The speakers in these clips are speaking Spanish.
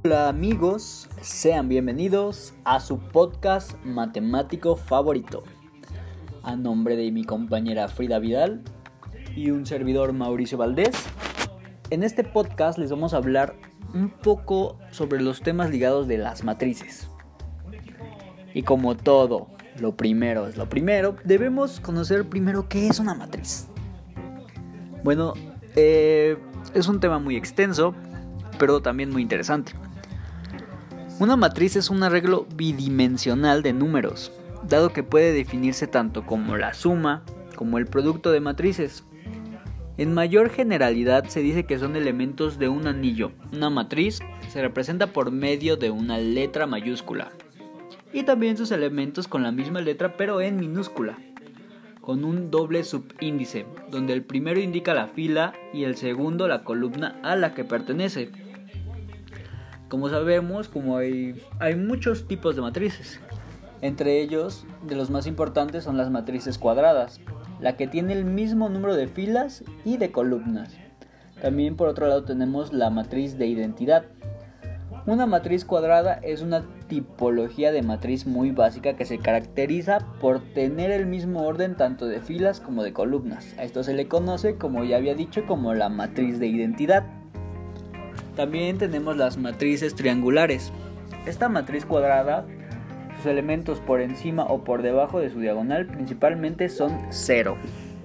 Hola amigos, sean bienvenidos a su podcast matemático favorito. A nombre de mi compañera Frida Vidal y un servidor Mauricio Valdés, en este podcast les vamos a hablar un poco sobre los temas ligados de las matrices. Y como todo, lo primero es lo primero, debemos conocer primero qué es una matriz. Bueno, es un tema muy extenso, pero también muy interesante. Una matriz es un arreglo bidimensional de números, dado que puede definirse tanto como la suma como el producto de matrices. En mayor generalidad se dice que son elementos de un anillo. Una matriz se representa por medio de una letra mayúscula y también sus elementos con la misma letra pero en minúscula, con un doble subíndice, donde el primero indica la fila y el segundo la columna a la que pertenece. Como sabemos, hay muchos tipos de matrices. Entre ellos, de los más importantes son las matrices cuadradas, la que tiene el mismo número de filas y de columnas. También por otro lado tenemos la matriz de identidad. Una matriz cuadrada es una tipología de matriz muy básica que se caracteriza por tener el mismo orden tanto de filas como de columnas. A esto se le conoce, como ya había dicho, como la matriz de identidad. También tenemos las matrices triangulares. Esta matriz cuadrada, sus elementos por encima o por debajo de su diagonal principalmente son 0.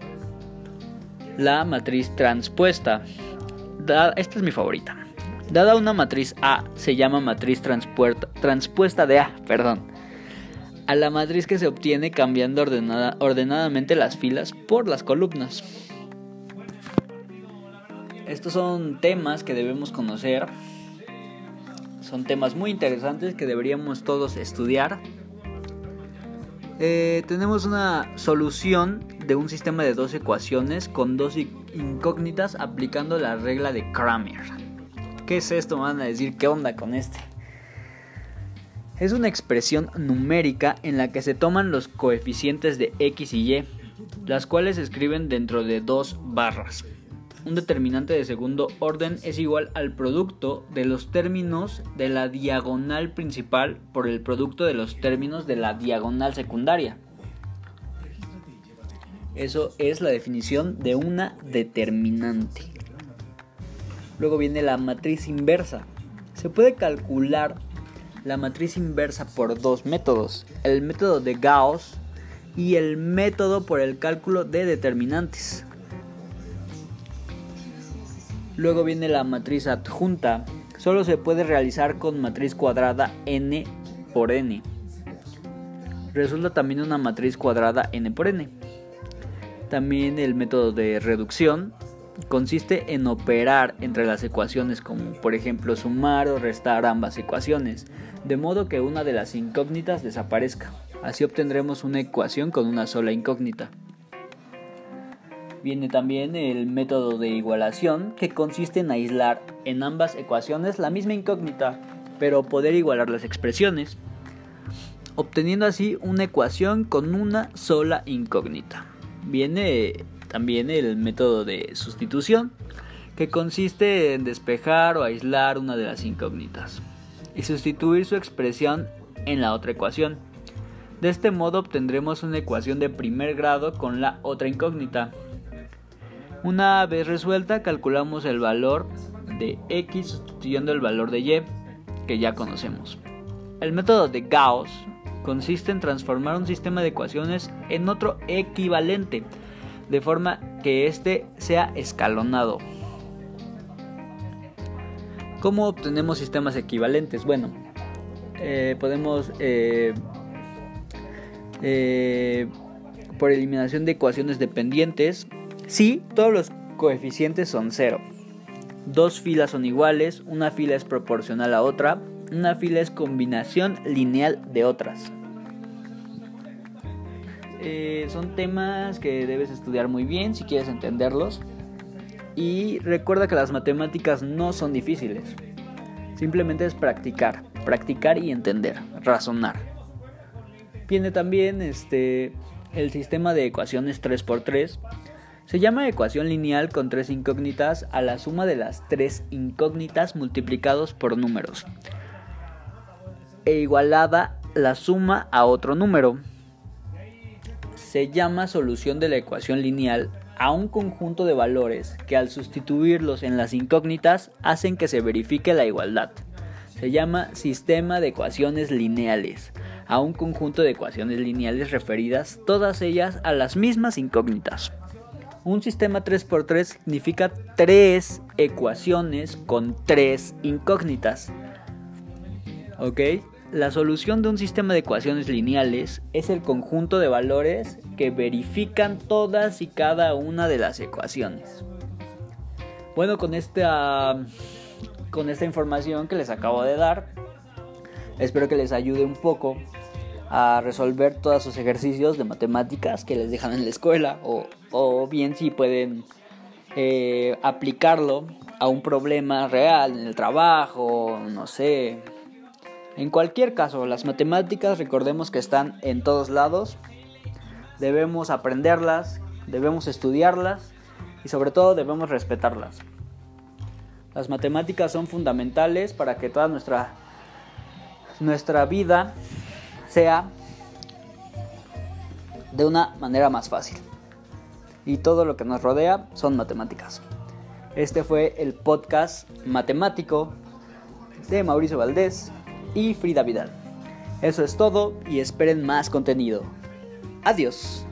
La matriz transpuesta. Esta es mi favorita. Dada una matriz A, se llama matriz transpuesta de A, a la matriz que se obtiene cambiando ordenadamente las filas por las columnas. Estos son temas que debemos conocer, son temas muy interesantes que deberíamos todos estudiar. Tenemos una solución de un sistema de 2 ecuaciones con 2 incógnitas aplicando la regla de Cramer. ¿Qué es esto? Me van a decir, ¿qué onda con este? Es una expresión numérica en la que se toman los coeficientes de x y y, las cuales se escriben dentro de 2 barras. Un determinante de segundo orden es igual al producto de los términos de la diagonal principal por el producto de los términos de la diagonal secundaria. Eso es la definición de una determinante. Luego viene la matriz inversa. Se puede calcular la matriz inversa por 2 métodos: el método de Gauss y el método por el cálculo de determinantes. Luego viene la matriz adjunta. Solo se puede realizar con matriz cuadrada n por n. Resulta también una matriz cuadrada n por n. También el método de reducción consiste en operar entre las ecuaciones, como por ejemplo sumar o restar ambas ecuaciones, de modo que una de las incógnitas desaparezca. Así obtendremos una ecuación con una sola incógnita. Viene también el método de igualación, que consiste en aislar en ambas ecuaciones la misma incógnita, pero poder igualar las expresiones, obteniendo así una ecuación con una sola incógnita. Viene también el método de sustitución, que consiste en despejar o aislar una de las incógnitas y sustituir su expresión en la otra ecuación. De este modo obtendremos una ecuación de primer grado con la otra incógnita. Una vez resuelta, calculamos el valor de x sustituyendo el valor de y, que ya conocemos. El método de Gauss consiste en transformar un sistema de ecuaciones en otro equivalente, de forma que éste sea escalonado. ¿Cómo obtenemos sistemas equivalentes? Bueno, podemos por eliminación de ecuaciones dependientes. Si todos los coeficientes son 0, 2 filas son iguales, una fila es proporcional a otra, una fila es combinación lineal de otras. Son temas que debes estudiar muy bien si quieres entenderlos. Y recuerda que las matemáticas no son difíciles. Simplemente es practicar y entender, razonar. Viene también el sistema de ecuaciones 3x3. Se llama ecuación lineal con 3 incógnitas a la suma de las 3 incógnitas multiplicados por números e igualada la suma a otro número. Se llama solución de la ecuación lineal a un conjunto de valores que al sustituirlos en las incógnitas hacen que se verifique la igualdad. Se llama sistema de ecuaciones lineales a un conjunto de ecuaciones lineales referidas todas ellas a las mismas incógnitas. Un sistema 3×3 significa 3 ecuaciones con 3 incógnitas. ¿Ok? La solución de un sistema de ecuaciones lineales es el conjunto de valores que verifican todas y cada una de las ecuaciones. Bueno, con esta información que les acabo de dar, espero que les ayude un poco a resolver todos sus ejercicios de matemáticas que les dejan en la escuela o bien si pueden aplicarlo a un problema real en el trabajo, no sé. En cualquier caso, las matemáticas recordemos que están en todos lados. Debemos aprenderlas, debemos estudiarlas y sobre todo debemos respetarlas. Las matemáticas son fundamentales para que toda nuestra vida sea de una manera más fácil. Y todo lo que nos rodea son matemáticas. Este fue el podcast matemático de Mauricio Valdés y Frida Vidal. Eso es todo y esperen más contenido. Adiós.